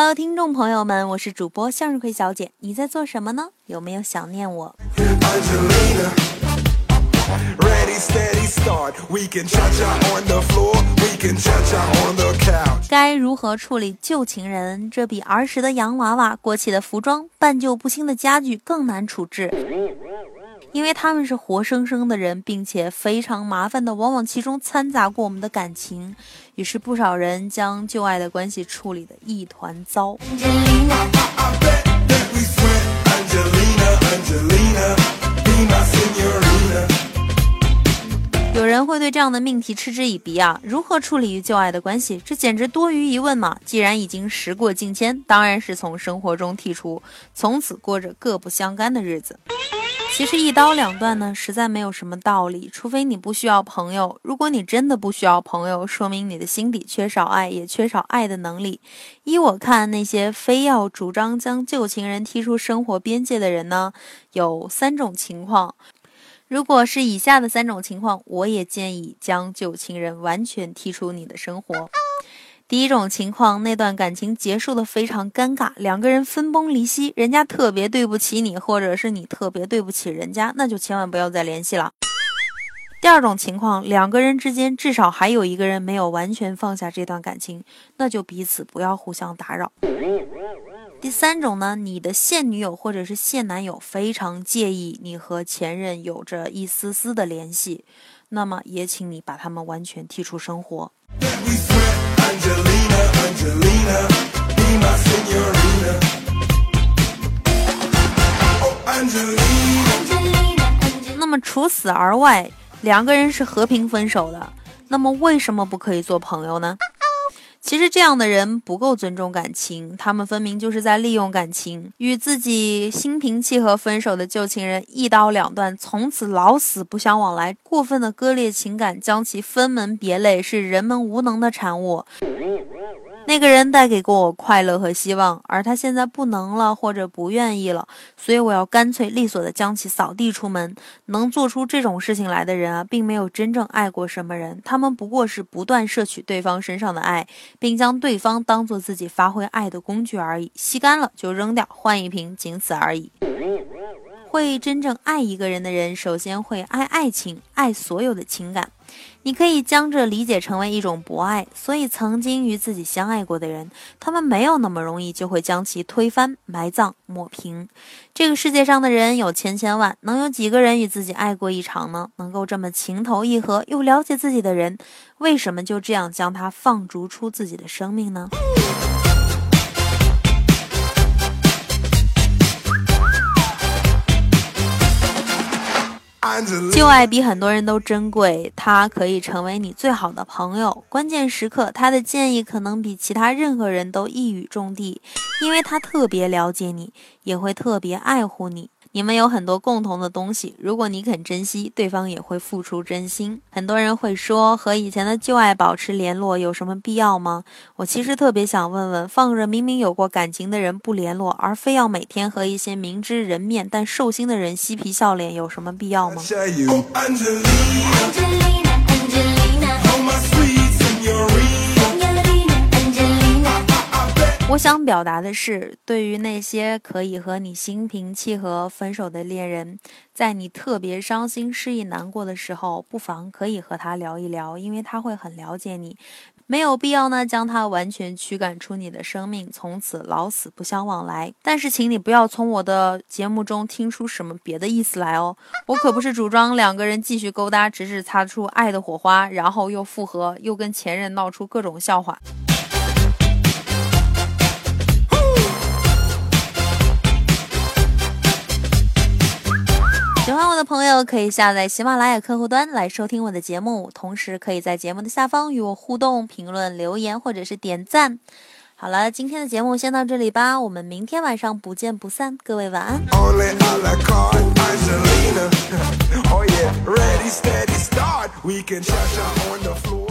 Hello， 听众朋友们，我是主播向日葵小姐，你在做什么呢？有没有想念我？该如何处理旧情人？这比儿时的洋娃娃、过气的服装、半旧不新的家具更难处置，因为他们是活生生的人，并且非常麻烦的，往往其中掺杂过我们的感情，于是不少人将旧爱的关系处理得一团糟。有人会对这样的命题嗤之以鼻啊，如何处理与旧爱的关系？这简直多余疑问嘛！既然已经时过境迁，当然是从生活中剔除，从此过着各不相干的日子。其实一刀两断呢，实在没有什么道理，除非你不需要朋友。如果你真的不需要朋友，说明你的心底缺少爱，也缺少爱的能力。依我看，那些非要主张将旧情人踢出生活边界的人呢，有3种情况。如果是以下的3种情况，我也建议将旧情人完全踢出你的生活。第一种情况，那段感情结束的非常尴尬，两个人分崩离析，人家特别对不起你，或者是你特别对不起人家，那就千万不要再联系了。第二种情况，两个人之间至少还有一个人没有完全放下这段感情，那就彼此不要互相打扰。第3种呢，你的现女友或者是现男友非常介意你和前任有着一丝丝的联系，那么也请你把他们完全踢出生活。那么除此而外，两个人是和平分手的，那么为什么不可以做朋友呢？其实这样的人不够尊重感情，他们分明就是在利用感情，与自己心平气和分手的旧情人一刀两断，从此老死不相往来。过分的割裂情感，将其分门别类，是人们无能的产物。那个人带给过我快乐和希望，而他现在不能了，或者不愿意了，所以我要干脆利索地将其扫地出门。能做出这种事情来的人啊，并没有真正爱过什么人，他们不过是不断摄取对方身上的爱，并将对方当作自己发挥爱的工具而已，吸干了就扔掉，换一瓶，仅此而已。会真正爱一个人的人，首先会爱爱情，爱所有的情感。你可以将这理解成为一种博爱，所以曾经与自己相爱过的人，他们没有那么容易就会将其推翻、埋葬、抹平。这个世界上的人有千千万，能有几个人与自己爱过一场呢？能够这么情投意合又了解自己的人，为什么就这样将他放逐出自己的生命呢？旧爱比很多人都珍贵，他可以成为你最好的朋友，关键时刻他的建议可能比其他任何人都一语中的，因为他特别了解你，也会特别爱护你。你们有很多共同的东西，如果你肯珍惜，对方也会付出真心。很多人会说，和以前的旧爱保持联络有什么必要吗？我其实特别想问问，放着明明有过感情的人不联络，而非要每天和一些明知人面但兽心的人嬉皮笑脸，有什么必要吗？我想表达的是，对于那些可以和你心平气和分手的恋人，在你特别伤心失意难过的时候，不妨可以和他聊一聊，因为他会很了解你。没有必要呢将他完全驱赶出你的生命，从此老死不相往来。但是请你不要从我的节目中听出什么别的意思来哦，我可不是主张两个人继续勾搭，直至擦出爱的火花，然后又复合，又跟前任闹出各种笑话。喜欢我的朋友可以下载喜马拉雅客户端来收听我的节目，同时可以在节目的下方与我互动、评论、留言或者是点赞。好了，今天的节目先到这里吧，我们明天晚上不见不散，各位晚安。